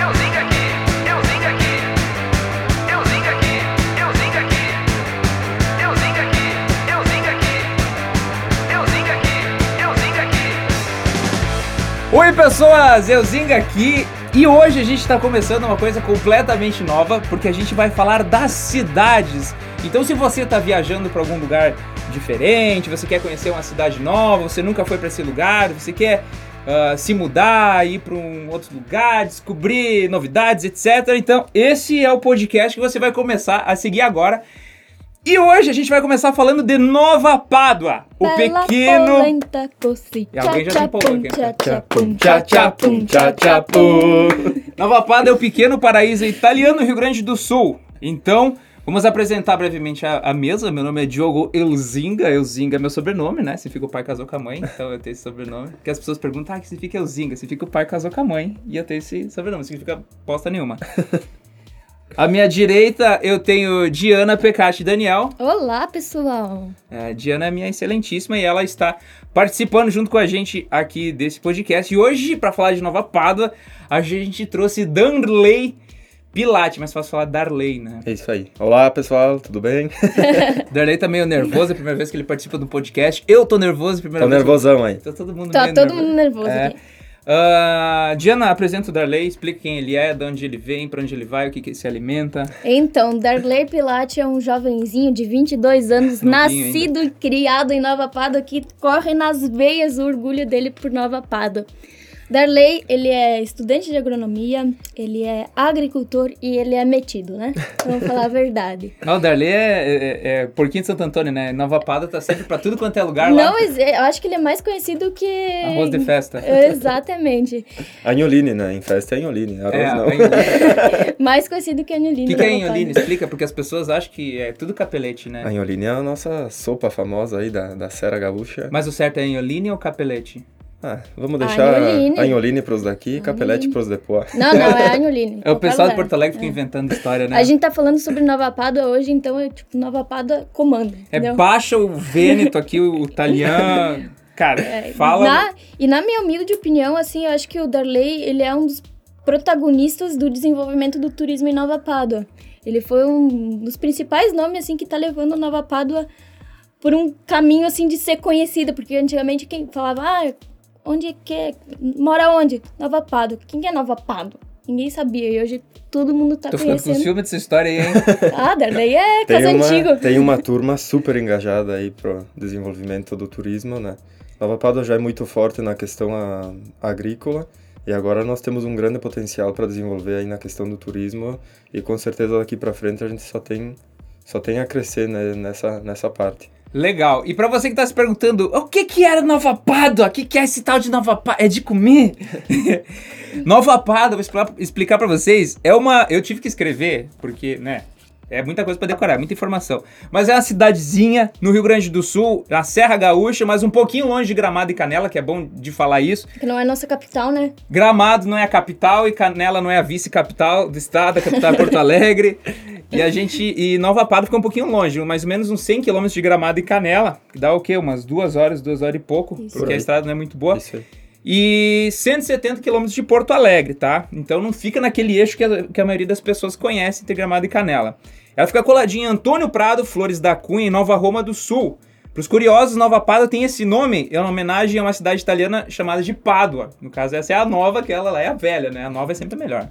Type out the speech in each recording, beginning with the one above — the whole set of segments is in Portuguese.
Oi pessoas, Euzinga aqui e hoje a gente está começando uma coisa completamente nova porque a gente vai falar das cidades. Então se você está viajando para algum lugar diferente, você quer conhecer uma cidade nova, você nunca foi para esse lugar, você quer se mudar, ir para um outro lugar, descobrir novidades, etc. Então esse é o podcast que você vai começar a seguir agora. E hoje a gente vai começar falando de Nova Pádua, o pequeno... E alguém já se empolgou aqui. Nova Pádua é o pequeno paraíso italiano do Rio Grande do Sul. Então, vamos apresentar brevemente a mesa. Meu nome é Diogo Euzinga. Euzinga é meu sobrenome, né? Significa o pai casou com a mãe, então eu tenho esse sobrenome. Porque as pessoas perguntam, que significa Euzinga? Significa o pai casou com a mãe e eu tenho esse sobrenome. Significa bosta nenhuma. À minha direita, eu tenho Diana Pecati Daniel. Olá, pessoal! Diana é minha excelentíssima e ela está participando junto com a gente aqui desse podcast. E hoje, para falar de Nova Pádua, a gente trouxe Darley Pilati, mas fácil falar Darley, né? É isso aí. Olá, pessoal, tudo bem? Darley tá meio nervoso, é a primeira vez que ele participa do podcast. Eu tô nervoso, Tô nervosão aí. Tá todo mundo nervoso aqui. Diana, apresenta o Darley, explica quem ele é, de onde ele vem, pra onde ele vai, o que ele se alimenta. Então, Darley Pilati é um jovenzinho de 22 anos, nascido e criado em Nova Pádua, que corre nas veias o orgulho dele por Nova Pádua. Darley, ele é estudante de agronomia, ele é agricultor e ele é metido, né? Vamos falar a verdade. Não, o Darley é porquinho de Santo Antônio, né? Nova Pádua tá sempre pra tudo quanto é lugar lá. Não, mas eu acho que ele é mais conhecido que... Arroz de festa. Exatamente. Agnoline, né? Em festa é agnoline, arroz não. Mais conhecido que agnoline. O que é agnoline? Explica, porque as pessoas acham que é tudo capelete, né? Agnoline é a nossa sopa famosa aí da Serra Gaúcha. Mas o certo é agnoline ou capelete? Vamos deixar agnoline pros daqui e capelete pros depois. Não, é agnoline. É o pessoal de Porto Alegre que fica inventando história, né? A gente tá falando sobre Nova Pádua hoje, então Nova Pádua comanda. Entendeu? Baixa o Vêneto aqui, o italiano. Cara, fala... Na minha humilde opinião, assim, eu acho que o Darley, ele é um dos protagonistas do desenvolvimento do turismo em Nova Pádua. Ele foi um dos principais nomes, assim, que tá levando Nova Pádua por um caminho, assim, de ser conhecida, porque antigamente quem falava, onde que é? Mora onde? Nova Pádua. Quem que é Nova Pádua? Ninguém sabia. E hoje todo mundo tá conhecendo. Tô ficando com ciúme dessa história aí, hein? Darley é casa antigo. Tem uma turma super engajada aí pro desenvolvimento do turismo, né? Nova Pádua já é muito forte na questão agrícola e agora nós temos um grande potencial para desenvolver aí na questão do turismo e com certeza daqui para frente a gente só tem a crescer, né, nessa parte. Legal. E pra você que tá se perguntando, o que era Nova Pádua? O que é esse tal de Nova Pádua? É de comer? Nova Pádua, vou explicar pra vocês, eu tive que escrever, porque, né, é muita coisa pra decorar, muita informação. Mas é uma cidadezinha no Rio Grande do Sul, na Serra Gaúcha, mas um pouquinho longe de Gramado e Canela, que é bom de falar isso. Que não é nossa capital, né? Gramado não é a capital e Canela não é a vice-capital do estado, a capital é Porto Alegre. E Nova Pádua fica um pouquinho longe, mais ou menos uns 100 km de Gramado e Canela, que dá o quê? Umas 2 horas e pouco, isso. Porque a estrada não é muito boa. Isso aí. E 170 km de Porto Alegre, tá? Então não fica naquele eixo que a maioria das pessoas conhece entre Gramado e Canela. Ela fica coladinha em Antônio Prado, Flores da Cunha, em Nova Roma do Sul. Para os curiosos, Nova Pádua tem esse nome em homenagem a uma cidade italiana chamada de Pádua. No caso, essa é a nova, que ela lá é a velha, né? A nova é sempre a melhor.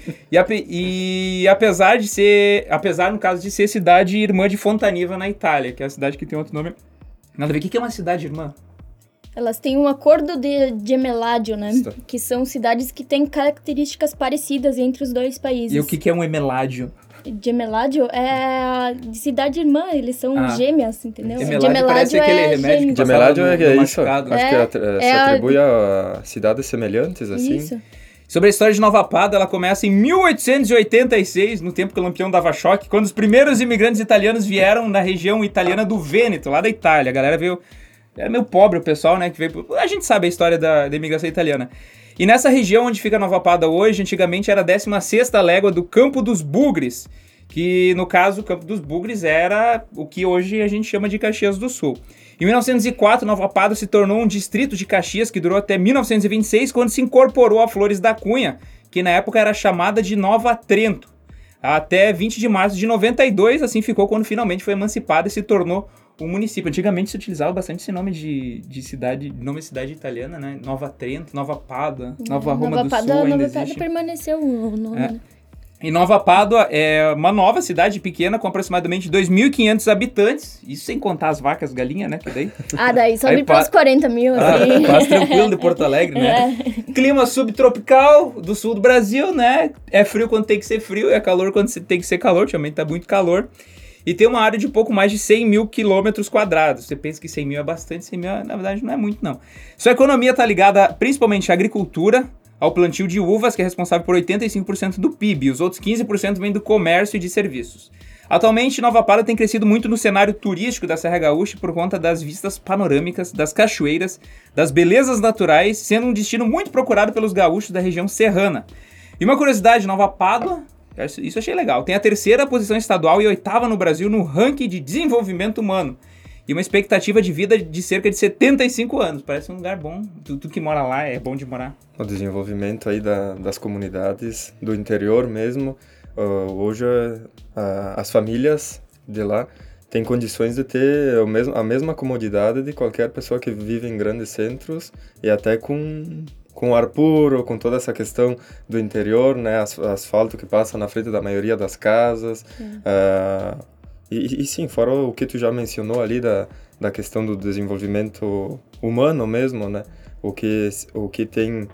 Apesar, no caso, de ser cidade irmã de Fontaniva, na Itália, que é a cidade que tem outro nome. Nada a ver. O que é uma cidade irmã? Elas têm um acordo de gemeládio, né? Que são cidades que têm características parecidas entre os dois países. E o que é um emeládio? Gemeládio é cidade irmã, eles são gêmeas, entendeu? Gemeládio aquele remédio que Gemeládio é isso, acho que se atribui a cidades semelhantes, assim. Isso. Sobre a história de Nova Pádua, ela começa em 1886, no tempo que o Lampião dava choque, quando os primeiros imigrantes italianos vieram na região italiana do Vêneto, lá da Itália. A galera veio... Era meio pobre o pessoal, né? Que veio... A gente sabe a história da imigração italiana. E nessa região onde fica Nova Pádua hoje, antigamente era a 16ª légua do Campo dos Bugres, que no caso o Campo dos Bugres era o que hoje a gente chama de Caxias do Sul. Em 1904, Nova Pádua se tornou um distrito de Caxias que durou até 1926, quando se incorporou a Flores da Cunha, que na época era chamada de Nova Trento. Até 20 de março de 92, assim ficou quando finalmente foi emancipada e se tornou um município. Antigamente se utilizava bastante esse nome de cidade, nome de cidade italiana, né? Nova Trento, Nova Pádua, Nova Roma do Sul ainda Nova existe. Pádua permaneceu o nome, né? E Nova Pádua é uma nova cidade pequena com aproximadamente 2.500 habitantes, isso sem contar as vacas, galinhas, né? Que daí... Daí sobe para os 40 mil, assim. Quase tranquilo de Porto Alegre, né? Clima subtropical do sul do Brasil, né? É frio quando tem que ser frio, é calor quando tem que ser calor, ultimamente tá muito calor. E tem uma área de pouco mais de 100 mil quilômetros quadrados. Você pensa que 100 mil é bastante, 100 mil na verdade não é muito, não. Sua economia tá ligada principalmente à agricultura, ao plantio de uvas, que é responsável por 85% do PIB, os outros 15% vêm do comércio e de serviços. Atualmente, Nova Pádua tem crescido muito no cenário turístico da Serra Gaúcha por conta das vistas panorâmicas, das cachoeiras, das belezas naturais, sendo um destino muito procurado pelos gaúchos da região serrana. E uma curiosidade, Nova Pádua, isso eu achei legal, tem a 3ª posição estadual e 8ª no Brasil no ranking de desenvolvimento humano. E uma expectativa de vida de cerca de 75 anos. Parece um lugar bom. Tu que mora lá é bom de morar. O desenvolvimento aí das comunidades do interior mesmo. Hoje as famílias de lá têm condições de ter a mesma comodidade de qualquer pessoa que vive em grandes centros e até com ar puro, com toda essa questão do interior, né? Asfalto que passa na frente da maioria das casas. E sim, fora o que tu já mencionou ali da questão do desenvolvimento humano mesmo, né? O que tem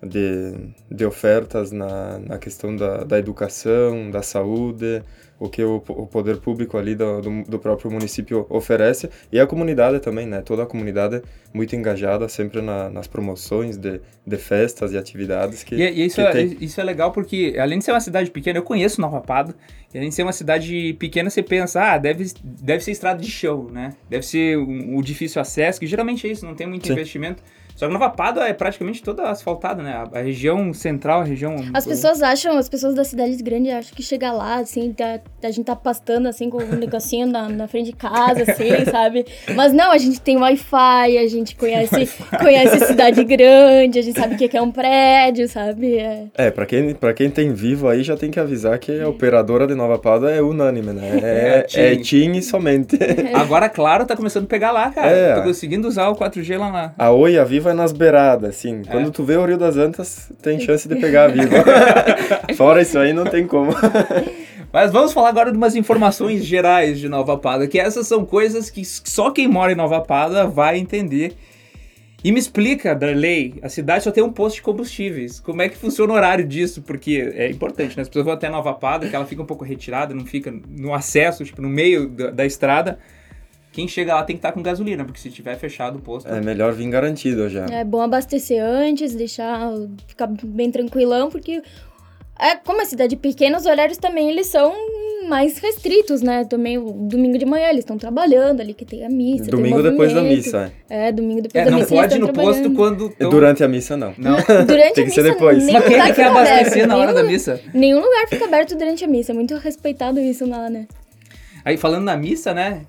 de ofertas na questão da educação, da saúde, o que o poder público ali do próprio município oferece, e a comunidade também, né? Toda a comunidade muito engajada sempre nas promoções de festas e atividades que tem. Isso é legal porque, além de ser uma cidade pequena, eu conheço Nova Pádua, e além de ser uma cidade pequena, você pensa, deve ser estrada de chão, né? Deve ser um difícil acesso, que geralmente é isso, não tem muito investimento. Só que Nova Pádua é praticamente toda asfaltada, né? A região central, a região... As pessoas das cidades grandes acham que chega lá, assim, a gente tá pastando, assim, com um negocinho na frente de casa, assim, sabe? Mas não, a gente tem Wi-Fi, a gente conhece cidade grande, a gente sabe o que é um prédio, sabe? Pra quem tem Vivo aí, já tem que avisar que a operadora de Nova Pádua é unânime, né? É TIM e somente. Agora, claro, tá começando a pegar lá, cara. Tô conseguindo usar o 4G lá. A Oi e a Vivo é nas beiradas, assim. Quando tu vê o Rio das Antas, tem chance de pegar a Vivo. Fora isso aí, não tem como. Mas vamos falar agora de umas informações gerais de Nova Pádua, que essas são coisas que só quem mora em Nova Pádua vai entender. E me explica, Darley, a cidade só tem um posto de combustíveis. Como é que funciona o horário disso? Porque é importante, né? As pessoas vão até Nova Pádua, que ela fica um pouco retirada, não fica no acesso, tipo, no meio da estrada. Quem chega lá tem que estar com gasolina, porque se tiver fechado o posto... É melhor vir garantido já. É bom abastecer antes, ficar bem tranquilão, porque como é cidade pequena, os horários também eles são mais restritos, né? Também o domingo de manhã eles estão trabalhando ali, que tem a missa. Domingo depois da missa. Domingo depois da missa. Não pode ir no posto quando... Durante a missa, não. Durante tem a que missa, ser depois. Mas quem é que quer abastecer na hora da missa? Nenhum lugar fica aberto durante a missa. É muito respeitado isso lá, né? Aí, falando na missa, né?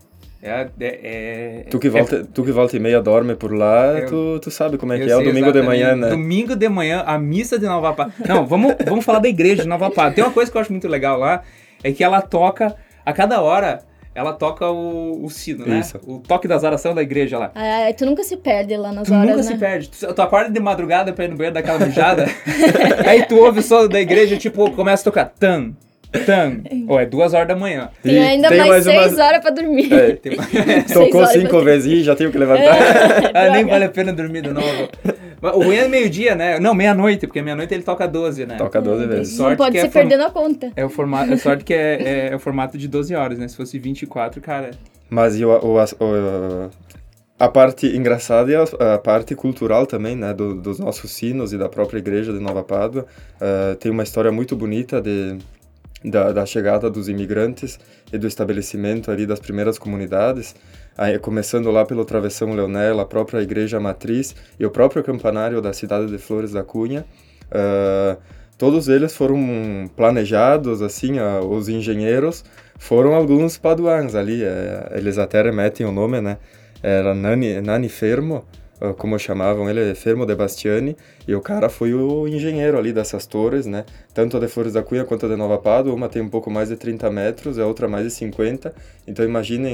Tu que volta e meia dorme por lá, tu sabe como é que é o domingo de manhã, né? Domingo de manhã, a missa de Nova Pádua. Não, vamos falar da igreja de Nova Pádua. Tem uma coisa que eu acho muito legal lá, é que ela toca, a cada hora, ela toca o sino, né? Isso. O toque das orações da igreja lá. Tu nunca se perde lá nas tu horas, nunca se perde. Tu acorda de madrugada pra ir no banheiro, dar aquela mijada, aí tu ouve o som da igreja, tipo, começa a tocar tan. É 2 horas da manhã. Tem ainda mais 6 horas pra dormir. Tocou 5 vezes e já tenho que levantar. Nem vale a pena dormir de novo. O ruim é meio-dia, né? Não, meia-noite, porque meia-noite ele toca 12, né? Toca 12 vezes. Não pode ser perdendo a conta. A sorte que é o formato de 12 horas, né? Se fosse 24, cara... Mas a parte engraçada e a parte cultural também, né? Dos nossos sinos e da própria igreja de Nova Pádua. Tem uma história muito bonita da chegada dos imigrantes e do estabelecimento ali das primeiras comunidades, aí, começando lá pelo Travessão Leonel, a própria igreja matriz e o próprio campanário da cidade de Flores da Cunha. Todos eles foram planejados, assim, os engenheiros foram alguns paduans ali, eles até remetem o nome, né? Era Nani Fermo, como chamavam ele, Fermo de Bastiani, e o cara foi o engenheiro ali dessas torres, né? Tanto a de Flores da Cunha quanto a de Nova Pádua, uma tem um pouco mais de 30 metros, a outra mais de 50, então imaginem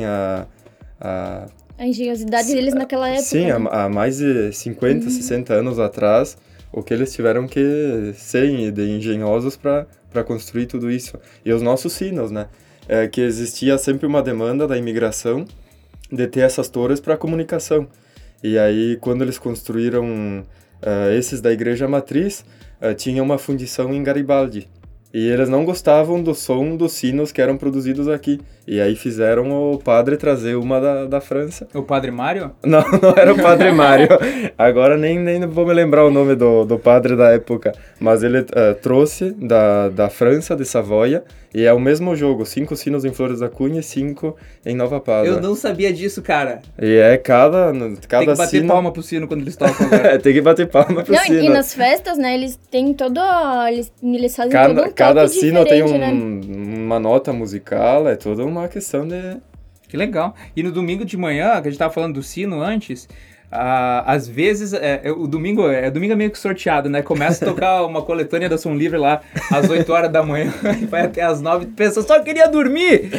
A engenhosidade deles naquela época. Sim, né? há mais de 50, 60 anos atrás, o que eles tiveram que ser de engenhosos para construir tudo isso. E os nossos sinos, né? Que existia sempre uma demanda da imigração de ter essas torres para comunicação. E aí, quando eles construíram esses da Igreja Matriz, tinha uma fundição em Garibaldi. E eles não gostavam do som dos sinos que eram produzidos aqui. E aí fizeram o padre trazer uma da França. O Padre Mário? Não era o Padre Mário. Agora nem vou me lembrar o nome do padre da época. Mas ele trouxe da França, de Savoia. E é o mesmo jogo. 5 sinos em Flores da Cunha e 5 em Nova Pádua. Eu não sabia disso, cara. E cada Tem que bater sino... palma pro sino quando eles tocam. Agora. Tem que bater palma pro Não, sino. e nas festas, né, eles têm todo... Eles fazem todo um Cada toque sino tem diferente, né? uma nota musical, é toda uma questão de... Que legal. E no domingo de manhã, que a gente tava falando do sino antes, às vezes, o domingo é meio que sorteado, né? Começa a tocar uma coletânea da Som Livre lá às 8 horas da manhã e vai até às 9, pessoas só queria dormir.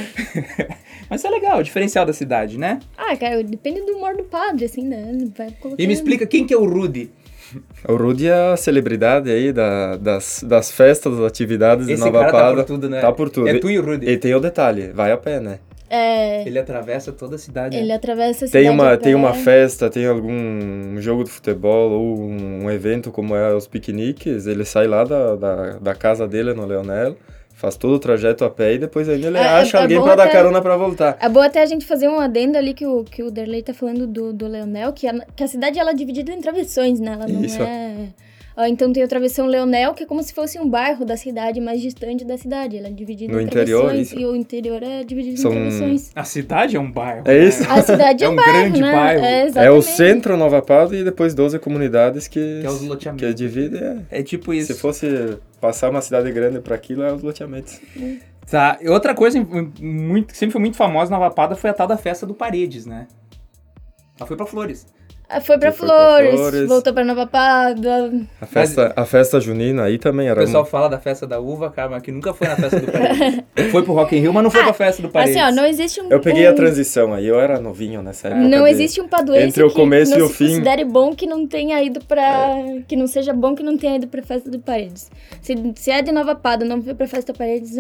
Mas isso é legal, o diferencial da cidade, né? Ah, cara, depende do humor do padre, assim, né? Vai colocando... E me explica quem que é o Rudy. O Rudy é a celebridade aí das festas, das atividades de Esse Nova cara Pádua. tá por tudo, né? Tá por tudo. É tu e o Rudy. E tem o detalhe, vai a pé, né? Ele atravessa toda a cidade. Ele atravessa a cidade Tem uma pé. festa, tem algum jogo de futebol ou um evento como é os piqueniques, ele sai lá da casa dele no Leonel, faz todo o trajeto a pé e depois ainda ele acha alguém bom pra dar até- carona pra voltar. É bom até a gente fazer um adendo ali que o Derlei tá falando do Leonel, que a cidade ela é dividida em travessões, né? Ela não Isso. é... Então tem a travessão Leonel, que é como se fosse um bairro da cidade, mais distante da cidade. Ela é dividida No em interior, travessões. isso. E o interior é dividido São- em travessões. A cidade é um bairro. É isso. A cidade é É um um bairro, grande né? bairro. É, É exatamente. o centro Nova Pádua e depois 12 comunidades que é os loteamentos. que divide. É tipo isso. Se fosse passar uma cidade grande para aquilo, é os loteamentos. Tá, e outra coisa que sempre foi muito famosa na Nova Pádua foi a tal da festa do Paredes, né? Ela foi pra Flores. Foi pra Foi pra Flores, Flores. voltou pra Nova Pádua. A festa junina aí também O era pessoal fala da festa da uva, cara, mas que nunca foi na festa do Paredes. Foi pro Rock in Rio, mas não foi pra festa do Paredes. Assim, ó, não existe um... Eu peguei a transição aí, eu era novinho nessa época. Não de- existe um paduense entre o começo que e não o se fim. considere bom que não tenha ido pra... Que não seja bom que não tenha ido pra festa do Paredes. Se é de Nova Pádua não foi pra festa do Paredes,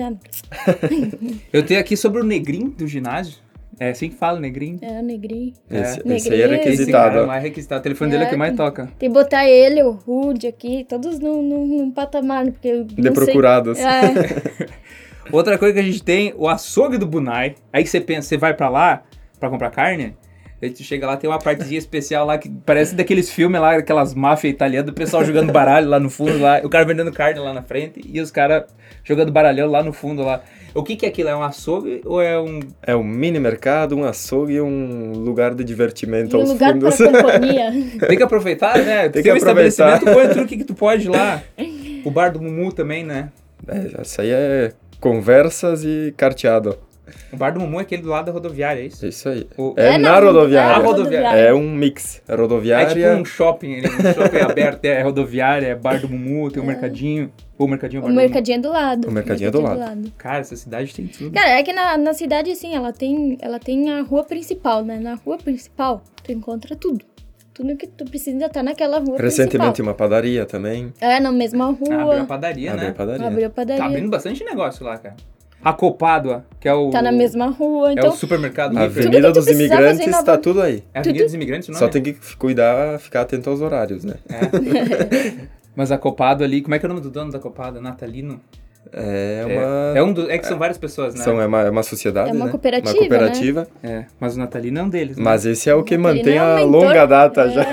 Eu tenho aqui sobre o Negrinho do ginásio. É assim que fala, Negrinho. é o negrinho. Esse aí é Negrinho. Esse cara requisitado. é mais requisitado. O telefone dele é o que mais toca. Tem que botar ele, o Rude aqui, todos num patamar, porque eu De não sei... procurados. Outra coisa que a gente tem, o açougue do Bunai. Aí que você pensa, você vai pra lá pra comprar carne, aí tu chega lá, tem uma partezinha especial lá que parece daqueles filmes lá, aquelas máfias italianas, do pessoal jogando baralho lá no fundo, lá, o cara vendendo carne lá na frente e os caras jogando baralhão lá no fundo lá. O que é aquilo? É um açougue ou é um... É um mini mercado, um açougue e um lugar de divertimento E um aos lugar fundos. para companhia. Tem que aproveitar, né? Tem Seu que aproveitar. estabelecimento, põe tudo que tu pode lá. O bar do Mumu também, né? Isso aí é conversas e carteado. O bar do Mumu é aquele do lado da rodoviária, é isso? Isso aí. O- É na na rodoviária. na rodoviária. É um mix. É Rodoviária. tipo um shopping aberto, é rodoviária, é bar do Mumu, tem um mercadinho. O mercadinho, O bar do Mumu. mercadinho é do lado. O mercadinho é do lado. Cara, essa cidade tem tudo. Cara, é que na cidade, assim, ela tem a rua principal, né? Na rua principal, tu encontra tudo. Tudo que tu precisa tá naquela rua Recentemente principal. uma padaria também. É, na mesma Abriu a rua. padaria, Abriu né? a padaria. Abriu a Tá padaria. abrindo bastante negócio lá, cara. A Copádua, que é o... Tá na mesma rua, É então... o supermercado. A Hiper. Avenida que tu dos precisar fazer Imigrantes na está rua. tudo aí. É a Avenida dos Imigrantes, não Só é? tem que ficar atento aos horários, né? Mas a Copádua ali... Como é que é o nome do dono da Copádua? Natalino? É É que são várias pessoas, né? É uma sociedade, É uma né? cooperativa, Uma cooperativa. É, mas o Natalino é um deles, né? Mas esse é o que Ele mantém não é a um mentor. longa data já.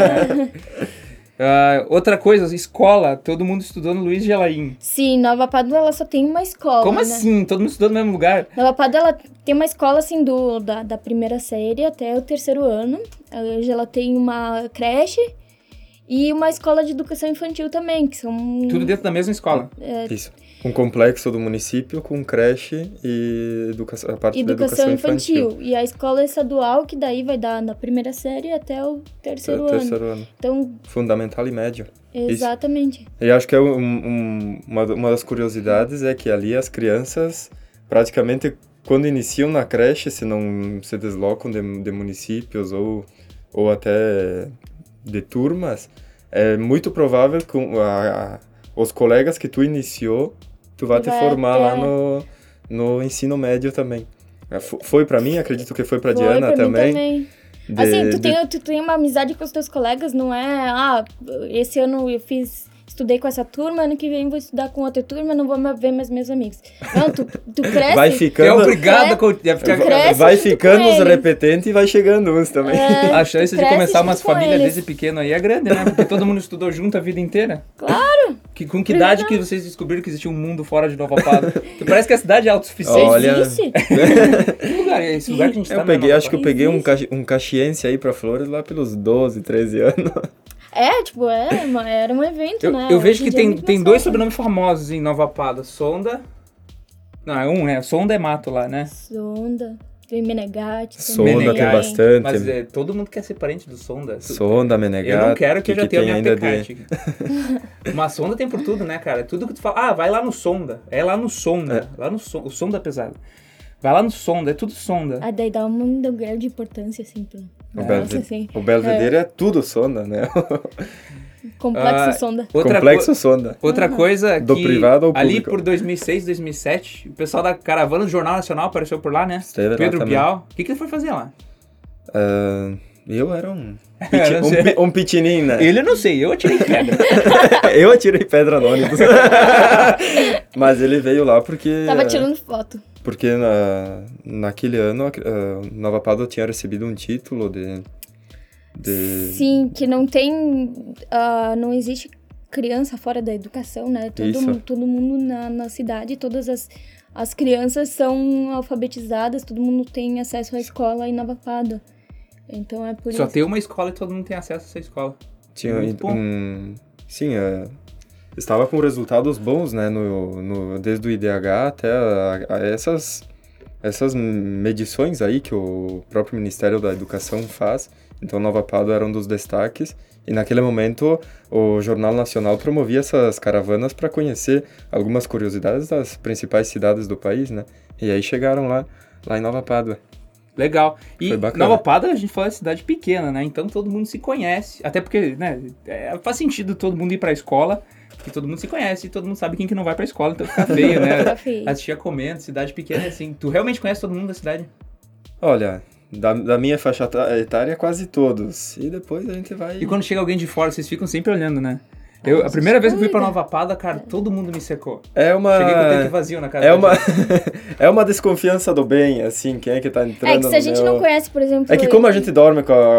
Outra coisa, escola. Todo mundo estudou no Luiz Gelaim. Sim, Nova Pádua, ela só tem uma escola, Como né? assim? Todo mundo estudou no mesmo lugar? Nova Pádua, ela tem uma escola, assim, da primeira série até o terceiro ano. Hoje ela tem uma creche E uma escola de educação infantil também, que são... Tudo dentro da mesma escola. Isso. Um complexo do município com creche e a parte da educação infantil. E a escola estadual, que daí vai dar na primeira série até o terceiro ano. Então, fundamental e médio. Exatamente. Isso. E acho que uma das curiosidades é que ali as crianças, praticamente, quando iniciam na creche, se não se deslocam de municípios ou até de turmas, é muito provável que os colegas que tu iniciou, tu vai te formar lá no ensino médio também. Foi pra mim, acredito que foi pra Diana também. Assim, tu tem uma amizade com os teus colegas, não é, esse ano eu estudei com essa turma, ano que vem vou estudar com outra turma, não vou ver mais meus amigos. Não, tu cresce. Vai ficando... É obrigado vai ficando os repetentes e vai chegando uns também. A chance de começar umas famílias desde pequeno aí é grande, né? Porque todo mundo estudou junto a vida inteira. Claro! Com que idade que vocês descobriram que existia um mundo fora de Nova Pádua? Parece que a cidade é autossuficiente. Olha... Existe? Que lugar é esse? Lugar que a gente acho que eu peguei um caxiense aí pra Flores lá pelos 12, 13 anos. Era um evento, né? Eu vejo que tem dois sobrenomes famosos em Nova Pádua. Sonda... Não, Sonda é mato lá, né? Sonda... Tem Menegatti. Sonda tem bastante. Mas todo mundo quer ser parente do Sonda. Sonda, Menegatti. Eu não quero que eu já tenha minha Tecate. Mas Sonda tem por tudo, né, cara? Tudo que tu fala, vai lá no Sonda. É lá no Sonda. Lá no o Sonda é pesado. Vai lá no Sonda, é tudo Sonda. Daí dá um grau de importância, assim, O Belvedere é tudo Sonda, né? Complexo Sonda. Sonda. Outra coisa do privado ao público. Ali por 2006, 2007, o pessoal da caravana do Jornal Nacional apareceu por lá, né? Esteve Pedro lá Bial. O que ele foi fazer lá? Eu era um pitininho, né? Ele eu não sei, eu atirei pedra. Eu atirei pedra no ônibus. Mas ele veio lá porque... Tava tirando foto. Porque naquele ano, Nova Pádua tinha recebido um título de... Sim, que não tem... não existe criança fora da educação, né? Todo mundo na cidade, todas as crianças são alfabetizadas, todo mundo tem acesso à escola em Nova Pádua. Então é por isso. Só tem uma escola e todo mundo tem acesso a essa escola. Tinha sim, estava com resultados bons, né? Desde o IDH até essas medições aí que o próprio Ministério da Educação faz. Então, Nova Pádua era um dos destaques. E naquele momento, o Jornal Nacional promovia essas caravanas para conhecer algumas curiosidades das principais cidades do país, né? E aí chegaram lá em Nova Pádua. Legal. E Nova Pádua, a gente fala de cidade pequena, né? Então todo mundo se conhece. Até porque, né? Faz sentido todo mundo ir pra escola, porque todo mundo se conhece e todo mundo sabe quem que não vai pra escola, então fica feio, né? Fica feio. As tia comendo, cidade pequena é assim. Tu realmente conhece todo mundo da cidade? Olha, da minha faixa etária, quase todos. E depois a gente vai... E quando chega alguém de fora, vocês ficam sempre olhando, né? A primeira vez que eu fui pra Nova Pádua, cara, todo mundo me secou. Cheguei com o tanque vazio na casa. É uma desconfiança do bem, assim, quem é que tá entrando. Que se a gente não conhece, por exemplo... É que como a gente dorme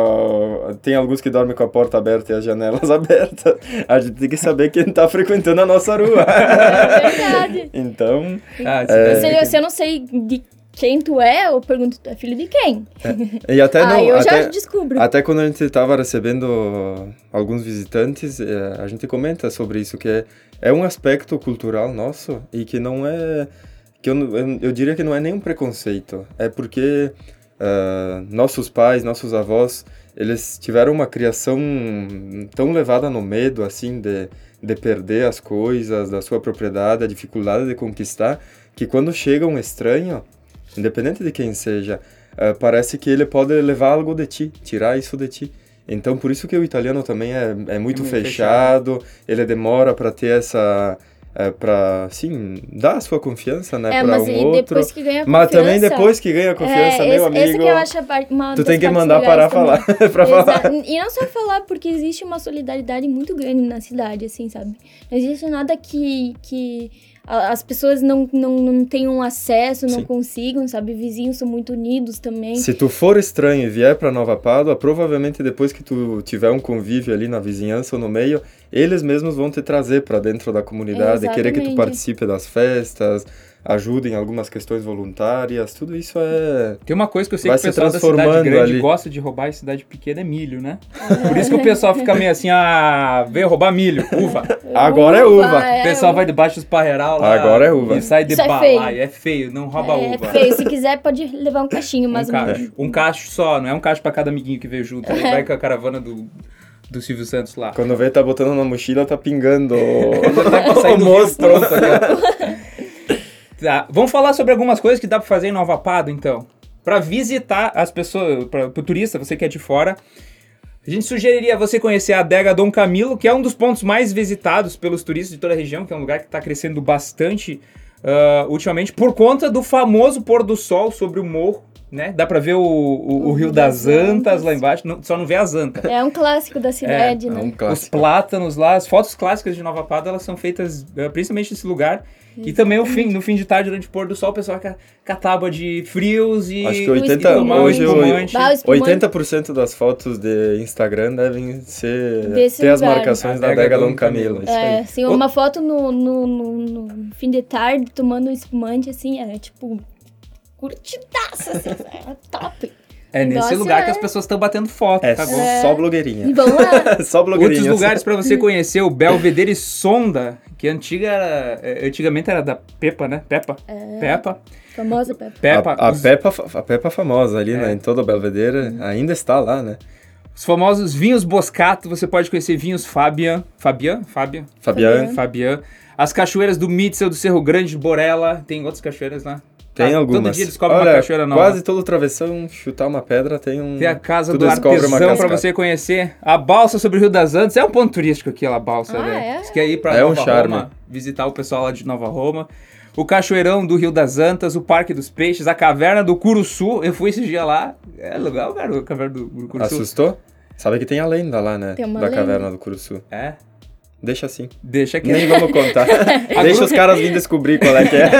tem alguns que dormem com a porta aberta e as janelas abertas, a gente tem que saber quem tá frequentando a nossa rua. É verdade. Então... Se eu não sei de quem tu é, eu pergunto, tu é filho de quem? E até já descubro. Até quando a gente estava recebendo alguns visitantes, a gente comenta sobre isso, que é um aspecto cultural nosso e que não é... que eu diria que não é nenhum preconceito. É porque nossos pais, nossos avós, eles tiveram uma criação tão levada no medo, assim, de perder as coisas, da sua propriedade, a dificuldade de conquistar, que quando chega um estranho... independente de quem seja, parece que ele pode levar algo de ti, tirar isso de ti. Então, por isso que o italiano também é muito fechado, ele demora para ter essa... para, sim, dar a sua confiança, né, para um outro. Depois que ganha mas também depois que ganha confiança, meu amigo... Esse que eu acho uma tu tem que mandar parar falar, pra falar. E não só falar, porque existe uma solidariedade muito grande na cidade, assim, sabe? Não existe nada que as pessoas não tenham acesso, não consigam, sabe? Vizinhos são muito unidos também. Se tu for estranho e vier pra Nova Pádua, provavelmente depois que tu tiver um convívio ali na vizinhança ou no meio, eles mesmos vão te trazer pra dentro da comunidade, querer que tu participe das festas, ajuda em algumas questões voluntárias, tudo isso Tem uma coisa que eu sei vai que o se pessoal da cidade transformando grande ali. gosta de roubar em cidade pequena é milho, né? Por isso que o pessoal fica meio assim, veio roubar milho, uva. Agora é uva. O pessoal vai debaixo dos parreiral lá Agora é uva. e sai de Isso é balaio. É feio, não rouba É uva. feio, se quiser pode levar um cachinho, mas Um cacho só, não é um cacho pra cada amiguinho que veio junto. Aí vai com a caravana do Silvio Santos lá. Quando vê, tá botando na mochila, tá pingando Tá o saindo mosto. pronto aqui, ó. Tá, vamos falar sobre algumas coisas que dá pra fazer em Nova Pádua, então. Pra visitar as pessoas, pro turista, você que é de fora, a gente sugeriria você conhecer a Adega Dom Camilo, que é um dos pontos mais visitados pelos turistas de toda a região, que é um lugar que tá crescendo bastante ultimamente, por conta do famoso pôr do sol sobre o morro, né? Dá pra ver o Rio das Antas lá embaixo, só não vê as antas. é um clássico da cidade, né? É um Os clássico. plátanos lá, as fotos clássicas de Nova Pádua, elas são feitas principalmente nesse lugar. E também no fim de tarde, durante o pôr do sol, o pessoal vai com a tábua de frios e Acho que tomar um espumante. Bah, o espumante 80% das fotos de Instagram devem ser Desse ter as lugar. marcações da Adega Adega Dom Dom Camilo. Isso É, aí. assim, uma foto no fim de tarde, tomando um espumante, assim, é tipo, curtidaça, assim, é top. É nesse Nossa, lugar que as pessoas estão batendo foto, É tá bom? só E blogueirinha. vamos lá. Só blogueirinha. Outros lugares pra você conhecer, o Belvedere Sonda, que antigamente era da Pepa, né? Peppa. Peppa. Famosa Peppa. Peppa. A Peppa famosa ali, né? Em toda a Belvedere, ainda está lá, né? Os famosos vinhos Boscato, você pode conhecer vinhos Fabian. Fabian. As cachoeiras do Mitzel, do Cerro Grande de Borella. Tem outras cachoeiras lá. Tem algumas. Todo dia descobre Olha, uma cachoeira nova. quase todo travessão, chutar uma pedra, tem um... Tem a casa tudo do descobre uma artesão pra cascata. você conhecer. A balsa sobre o Rio das Antas. É um ponto turístico aquela balsa, né? É? Você quer ir pra É um Nova charme. Roma, visitar o pessoal lá de Nova Roma. O Cachoeirão do Rio das Antas, o Parque dos Peixes, a Caverna do Curuçu. Eu fui esse dia lá. É legal, cara, a Caverna do Curuçu. Assustou? Sabe que tem a lenda lá, né? Tem uma da lenda. Caverna do Curuçu. É? Deixa assim. Deixa aqui. Nem vamos contar. Deixa os caras virem descobrir qual é que é.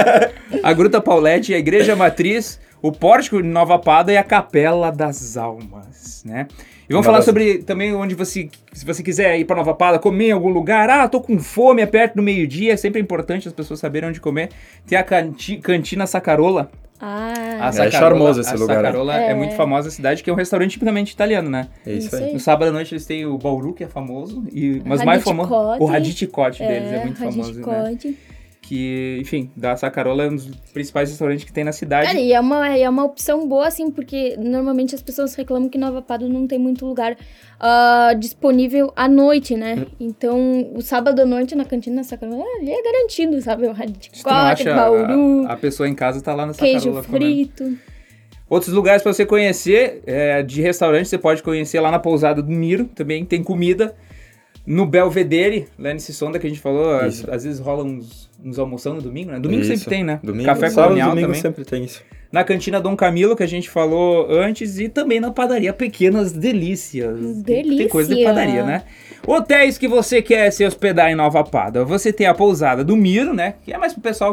A Gruta Paulette, a Igreja Matriz, o Pórtico de Nova Pádua e a Capela das Almas, né? E vamos falar sobre também onde se você quiser ir para Nova Pádua, comer em algum lugar, tô com fome, é perto do meio-dia, é sempre importante as pessoas saberem onde comer. Tem a Cantina Sacarola. Ah, É charmoso esse lugar, né? A Sacarola é muito famosa na cidade, que é um restaurante tipicamente italiano, né? É isso aí. No sábado à noite eles têm o Bauru, que é famoso, mas mais famoso, o Radicot deles é muito famoso, né? Radicot. Que, enfim, da Sacarola é um dos principais restaurantes que tem na cidade. Cara, e é uma opção boa, assim, porque normalmente as pessoas reclamam que Nova Pádua não tem muito lugar disponível à noite, né? Então, o sábado à noite na cantina Sacarola, ali é garantido, sabe? O Se tu não acha, Radicot, Bauru, a pessoa em casa tá lá na queijo Sacarola comendo. frito. Outros lugares pra você conhecer, de restaurante, você pode conhecer lá na Pousada do Miro, também tem comida. No Belvedere, lá nesse Sonda que a gente falou, às vezes rola uns almoção no domingo, né? Domingo sempre tem, né? Domingo, Café sábado, colonial domingo também. sempre tem isso. Na Cantina Dom Camilo, que a gente falou antes, e também na padaria Pequenas Delícias. Tem coisa de padaria, né? Hotéis que você quer se hospedar em Nova Pádua. Você tem a Pousada do Miro, né? Que é mais pro pessoal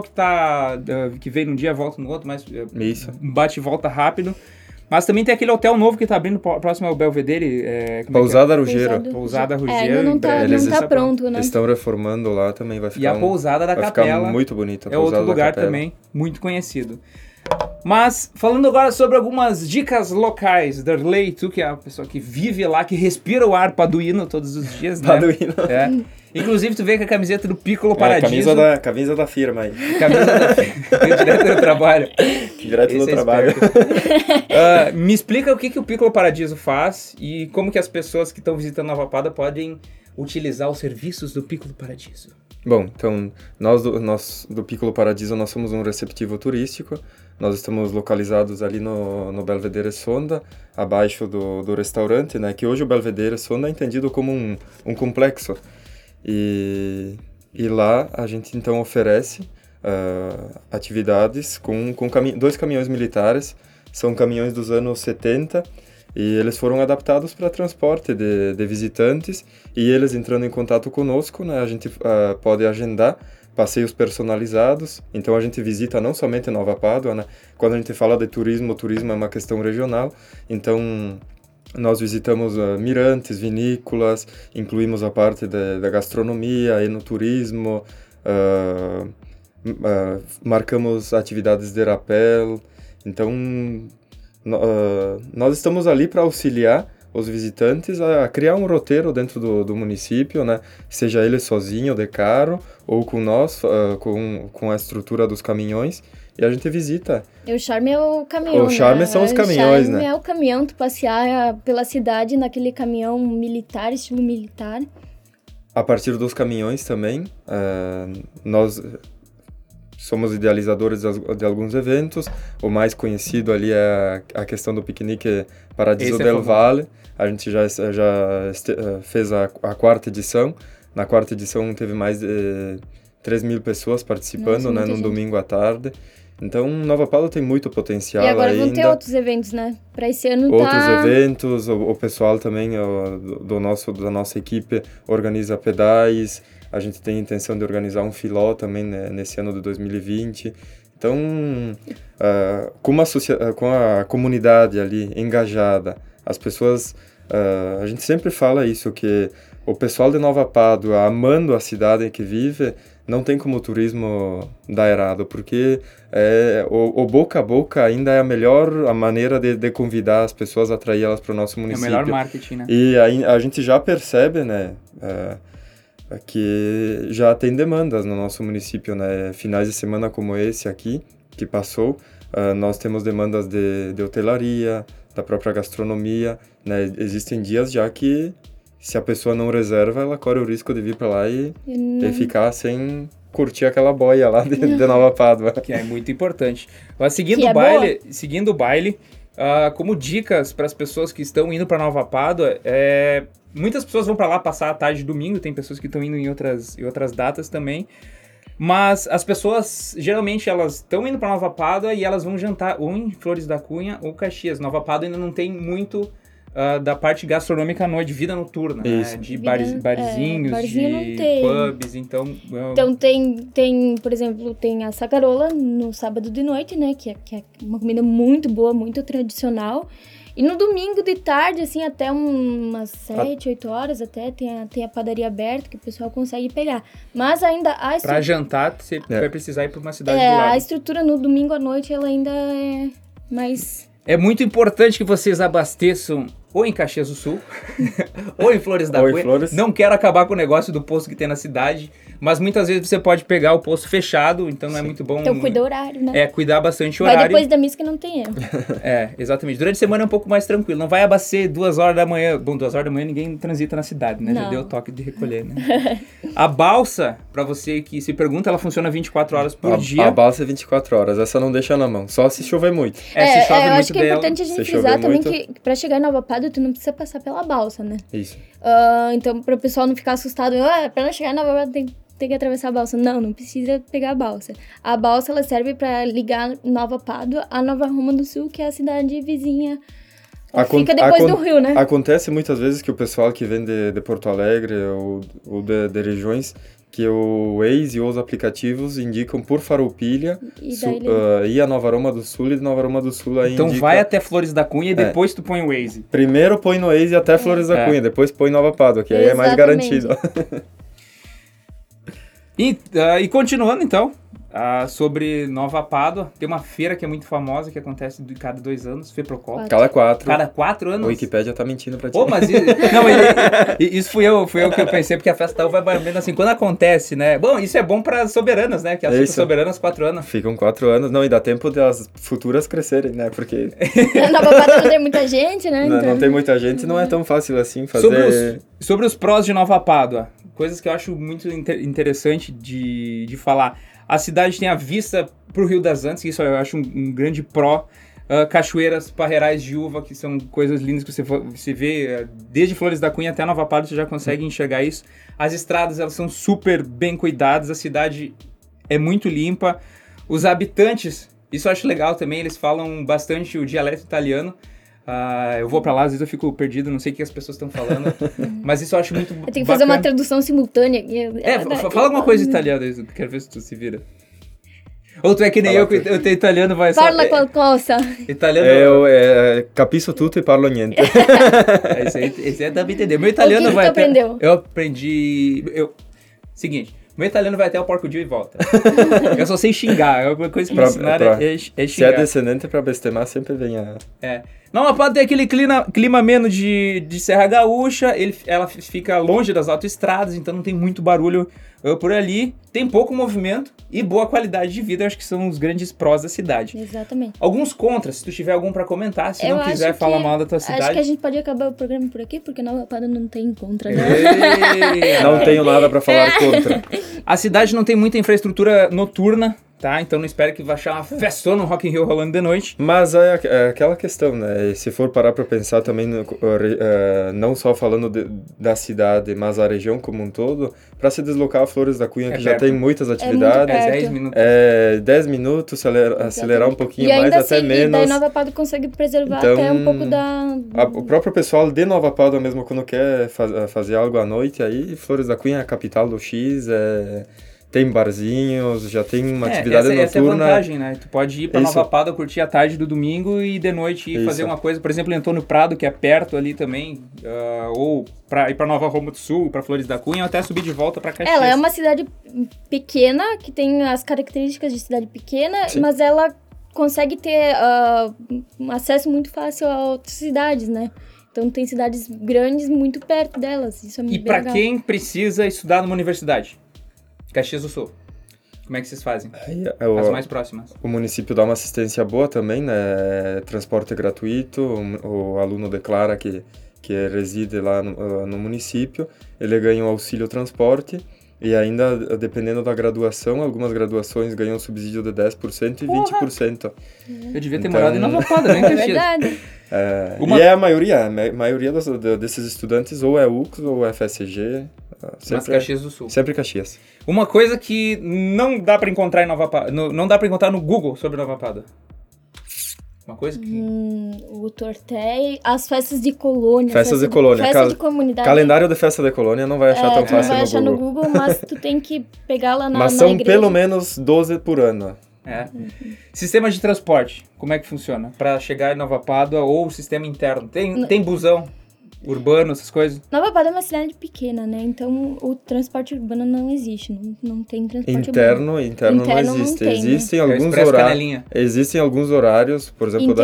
que vem num dia, volta no outro, mais Isso. bate e volta rápido. Mas também tem aquele hotel novo que tá abrindo próximo ao Belvedere. Pousada Rugeiro. Pousada Rugeiro. Ainda não tá, Eles não tá pronto, né? Eles estão reformando lá também, vai ficar E a Pousada da vai Capela ficar muito bonito. é outro lugar também muito conhecido. Mas, falando agora sobre algumas dicas locais, Darley, tu que é a pessoa que vive lá, que respira o ar paduíno todos os dias, né? Paduíno. É. Inclusive, tu veio com a camiseta do Piccolo Paradiso. Camisa da firma aí. Camisa veio direto do trabalho. Direto do trabalho. Me explica o que o Piccolo Paradiso faz e como que as pessoas que estão visitando Nova Pádua podem utilizar os serviços do Piccolo Paradiso. Bom, então, nós do Piccolo Paradiso, nós somos um receptivo turístico. Nós estamos localizados ali no Belvedere Sonda, abaixo do restaurante, né? Que hoje o Belvedere Sonda é entendido como um complexo. E lá a gente, então, oferece atividades com dois caminhões militares. São caminhões dos anos 70 e eles foram adaptados para transporte de visitantes. E eles entrando em contato conosco, né? A gente pode agendar passeios personalizados, então a gente visita não somente Nova Pádua, né? Quando a gente fala de turismo, o turismo é uma questão regional, então nós visitamos mirantes, vinícolas, incluímos a parte da gastronomia, enoturismo, marcamos atividades de rapel. Então, nós estamos ali para auxiliar os visitantes a criar um roteiro dentro do município, né? Seja ele sozinho, de carro, ou com nós, com a estrutura dos caminhões, e a gente visita. E o charme é o caminhão, O charme são os caminhões, né? O charme né? é o caminhão, tu passear pela cidade naquele caminhão militar, estilo militar. A partir dos caminhões também, nós somos idealizadores de alguns eventos. O mais conhecido ali é a questão do piquenique Paradiso del Valle. A gente já fez a 4ª edição. Na 4ª edição teve mais de 3.000 pessoas participando, né, num domingo à tarde. Então, Nova Pádua tem muito potencial ainda. E agora vão ter outros eventos, né? Para esse ano Outros eventos, o pessoal também da nossa equipe organiza pedais. A gente tem a intenção de organizar um filó também, né, nesse ano de 2020. Então, com a comunidade ali engajada, as pessoas... a gente sempre fala isso, que o pessoal de Nova Pádua, amando a cidade em que vive, não tem como o turismo dar errado, porque o boca a boca ainda é a maneira de convidar as pessoas, atrair elas para o nosso município. É o melhor marketing, né? E a gente já percebe, né, que já tem demandas no nosso município, né? Finais de semana como esse aqui, que passou, nós temos demandas de hotelaria, da própria gastronomia, né? Existem dias já que, se a pessoa não reserva, ela corre o risco de vir para lá e ficar sem curtir aquela boia lá de Nova Pádua. Que é muito importante. Mas seguindo o baile, como dicas para as pessoas que estão indo para Nova Pádua, muitas pessoas vão para lá passar a tarde de domingo, tem pessoas que estão indo em outras datas também. Mas as pessoas, geralmente, elas estão indo para Nova Pádua e elas vão jantar ou em Flores da Cunha ou Caxias. Nova Pádua ainda não tem muito da parte gastronômica à noite, de vida noturna, né? De barzinhos, de pubs, então... Então tem, por exemplo, tem a sacarola no sábado de noite, né? Que é uma comida muito boa, muito tradicional. E no domingo de tarde, assim, até umas 7, 8 horas até, tem a padaria aberta que o pessoal consegue pegar. Mas ainda a estrutura... Pra jantar, você vai precisar ir pra uma cidade do lado. A estrutura no domingo à noite, ela ainda é mais... É muito importante que vocês abasteçam ou em Caxias do Sul, ou em Flores da Cunha. Não quero acabar com o negócio do posto que tem na cidade, mas muitas vezes você pode pegar o posto fechado, então não é muito bom... Então cuida o horário, né? Cuidar bastante o horário. Vai depois da missa que não tem erro. Exatamente. Durante a semana é um pouco mais tranquilo, não vai abastecer 2 horas da manhã. Bom, 2 horas da manhã ninguém transita na cidade, né? Não. Já deu o toque de recolher, né? A balsa, pra você que se pergunta, ela funciona 24 horas por dia. A balsa é 24 horas, essa não deixa na mão, só se chover muito. Se chove muito, eu acho que é importante a gente frisar também que pra chegar em Nova Pádua, tu não precisa passar pela balsa, né? Isso. Então, para o pessoal não ficar assustado, para não chegar na Nova Pádua tem que atravessar a balsa. Não precisa pegar a balsa. A balsa, ela serve para ligar Nova Pádua a Nova Roma do Sul, que é a cidade vizinha. Fica depois do rio, né? Acontece muitas vezes que o pessoal que vem de Porto Alegre ou de regiões, que o Waze ou os aplicativos indicam por Farroupilha ir a Nova Roma do Sul, e de Nova Roma do Sul aí então vai até Flores da Cunha e depois tu põe o Waze. Primeiro põe no Waze até Flores da Cunha, depois põe Nova Pádua, que aí é mais garantido. E continuando então, sobre Nova Pádua, tem uma feira que é muito famosa, que acontece de cada 2 anos, FEPROCOP. Cada 4. Cada 4 anos? O Wikipédia tá mentindo pra ti. Mas isso fui eu que eu pensei, porque a festa da uva vai menos assim, quando acontece, né? Bom, isso é bom para soberanas, né? Que as ficam soberanas 4 anos. Ficam 4 anos, não, e dá tempo das futuras crescerem, né? Porque... Nova Pádua não tem muita gente, né? Não tem muita gente, não é tão fácil assim fazer... Sobre os prós de Nova Pádua, coisas que eu acho muito interessante de falar. A cidade tem a vista pro Rio das Antas, que isso eu acho um grande pró. Cachoeiras, parreirais de uva, que são coisas lindas que você vê desde Flores da Cunha até Nova Pádua, você já consegue enxergar isso. As estradas, elas são super bem cuidadas, a cidade é muito limpa. Os habitantes, isso eu acho legal também, eles falam bastante o dialeto italiano. Eu vou pra lá, às vezes eu fico perdido, não sei o que as pessoas estão falando, mas isso eu acho muito bacana. Eu tenho que fazer uma tradução simultânea. Fala alguma coisa italiana, eu quero ver se tu se vira. Ou tu é que nem eu tenho italiano, vai só... Parla qualcosa. Italiano... capisco tutto e parlo niente. Esse aí dá pra entender. Meu italiano vai... Tu aprendeu? Eu aprendi... Seguinte, Meu italiano vai até o Porco Dio e volta. Eu só sei xingar, a coisa que me ensinaram é xingar. Se é descendente pra bestemar, sempre vem a... Nova Pádua tem aquele clima menos de Serra Gaúcha, ela fica longe das autoestradas, então não tem muito barulho por ali, tem pouco movimento e boa qualidade de vida, eu acho que são os grandes prós da cidade. Exatamente. Alguns contras, se tu tiver algum pra comentar, se não quiser falar mal da tua cidade. Acho que a gente pode acabar o programa por aqui, porque Nova Pádua não tem contra, né? Não tenho nada pra falar contra. A cidade não tem muita infraestrutura noturna, tá? Então não espero que vai achar uma festona no Rock in Rio rolando de noite. Mas é aquela questão, né? Se for parar pra pensar também, não só falando da cidade, mas a região como um todo, pra se deslocar a Flores da Cunha, que já tem muitas atividades. 10 minutos. 10 minutos, acelerar um pouquinho mais, até menos. E daí Nova Pádua consegue preservar então, até um pouco da... O próprio pessoal de Nova Pádua mesmo, quando quer fazer algo à noite, aí Flores da Cunha é a capital do X, tem barzinhos, já tem uma atividade noturna. Essa é a vantagem, né? Tu pode ir pra Nova Pádua, curtir a tarde do domingo e de noite ir fazer uma coisa. Por exemplo, em Antônio Prado, que é perto ali também, ou pra ir pra Nova Roma do Sul, pra Flores da Cunha, ou até subir de volta pra Caxias. Ela é uma cidade pequena, que tem as características de cidade pequena, Sim. mas ela consegue ter um acesso muito fácil a outras cidades, né? Então tem cidades grandes muito perto delas, isso é muito E pra legal. quem precisa estudar numa universidade? Caxias do Sul. Como é que vocês fazem? As mais próximas. O município dá uma assistência boa também, né? Transporte gratuito, o aluno declara que reside lá no município, ele ganha um auxílio transporte e ainda, dependendo da graduação, algumas graduações ganham subsídio de 10% e 20%. Eu devia ter morado em Nova Pádua, né, É Caxias? verdade. E é a maioria desses estudantes ou é UX ou é FSG. Mas Caxias do Sul. Sempre Caxias. Uma coisa que não dá pra encontrar em Nova Pádua, não dá pra encontrar no Google sobre Nova Pádua. Uma coisa que... O Torté, as festas de colônia. Festas de colônia. Festa de comunidade. Calendário de festa de colônia não vai achar tão fácil no Google. Não vai achar no Google, mas tu tem que pegar lá na Mas são igreja. pelo menos 12 por ano. Sistema de transporte, como é que funciona? Pra chegar em Nova Pádua ou o sistema interno? Tem busão urbano, essas coisas? Nova Pádua é uma cidade pequena, né? Então o transporte urbano não existe, não tem transporte Interno urbano. não existe. Não tem, Existem né? alguns horários. Existem alguns horários, por exemplo,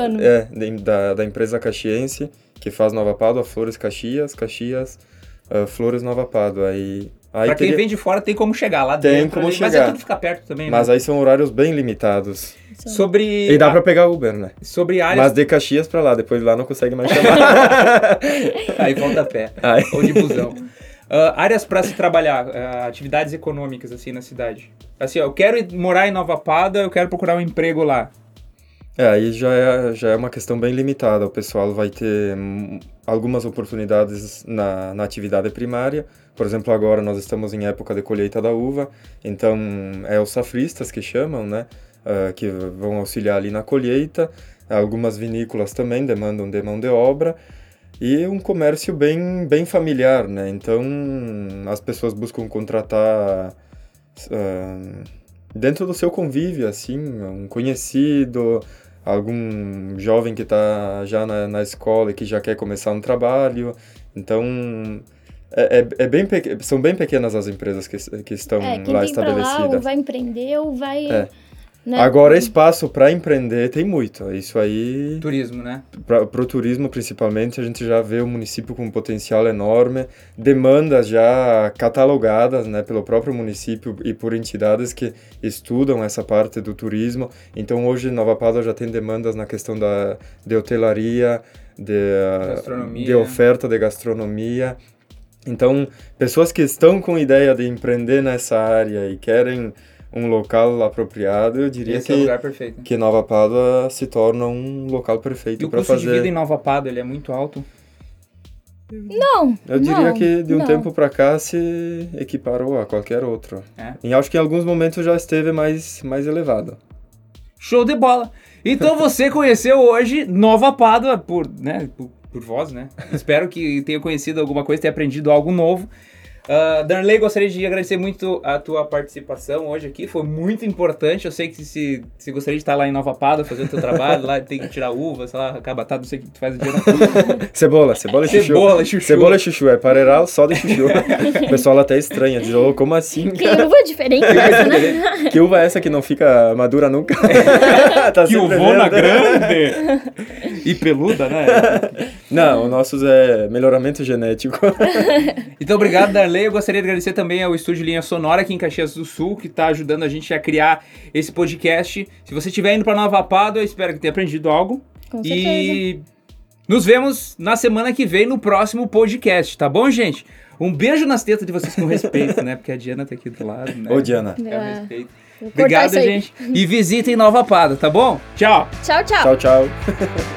da empresa caxiense, que faz Nova Pádua, Flores Caxias, Flores Nova Pádua. Pra quem vem de fora tem como chegar lá tem dentro. Como chegar. Mas é tudo ficar perto também, Mas né? aí são horários bem limitados. E dá pra pegar Uber, né? Sobre áreas... Mas de Caxias pra lá, depois de lá não consegue mais chamar. Aí volta a pé. Ou de busão. Áreas pra se trabalhar, atividades econômicas, assim, na cidade. Assim, ó, eu quero morar em Nova Pádua, eu quero procurar um emprego lá. Aí já é uma questão bem limitada. O pessoal vai ter algumas oportunidades na atividade primária. Por exemplo, agora nós estamos em época de colheita da uva, então é os safristas que chamam, né? Que vão auxiliar ali na colheita. Algumas vinícolas também demandam de mão de obra. E um comércio bem familiar, né? Então as pessoas buscam contratar dentro do seu convívio, assim, um conhecido, algum jovem que está já na escola e que já quer começar um trabalho. Então são bem pequenas as empresas que estão lá estabelecidas. Lá, ou vai empreender ou vai... Né? Agora, espaço para empreender tem muito. Isso aí... Turismo, né? Pro turismo, principalmente, a gente já vê o município com um potencial enorme. Demandas já catalogadas, né, pelo próprio município e por entidades que estudam essa parte do turismo. Então, hoje, Nova Pádua já tem demandas na questão de hotelaria, de oferta de gastronomia. Então, pessoas que estão com ideia de empreender nessa área e querem um local apropriado, eu diria é o lugar perfeito, né? Que Nova Pádua se torna um local perfeito para fazer. E o custo de vida em Nova Pádua, ele é muito alto? Não. Eu diria que de um tempo para cá se equiparou a qualquer outro. Acho que em alguns momentos já esteve mais elevado. Show de bola! Então você conheceu hoje Nova Pádua por voz, né? Espero que tenha conhecido alguma coisa, tenha aprendido algo novo. Darley, gostaria de agradecer muito a tua participação hoje aqui, foi muito importante. Eu sei que se gostaria de estar lá em Nova Pádua fazendo teu trabalho, lá tem que tirar uva, sei lá, arrancar batata, não sei o que tu faz o dia na Cebola e chuchu. Cebola e chuchu, é pareiral só de chuchu. O pessoal até estranha, diz, como assim? Que uva diferente essa, né? Que uva é essa que não fica madura nunca? Tá que uvona grande e peluda, né? Não, o nosso é melhoramento genético. Então, obrigado, Darley. Eu gostaria de agradecer também ao Estúdio Linha Sonora aqui em Caxias do Sul, que está ajudando a gente a criar esse podcast. Se você estiver indo para Nova Pádua, eu espero que tenha aprendido algo. Com certeza. E nos vemos na semana que vem no próximo podcast, tá bom, gente? Um beijo nas tetas de vocês com respeito, né? Porque a Diana tá aqui do lado, né? Ô, Diana. Respeito. Obrigado, gente. E visitem Nova Pádua, tá bom? Tchau. Tchau, tchau. Tchau, tchau.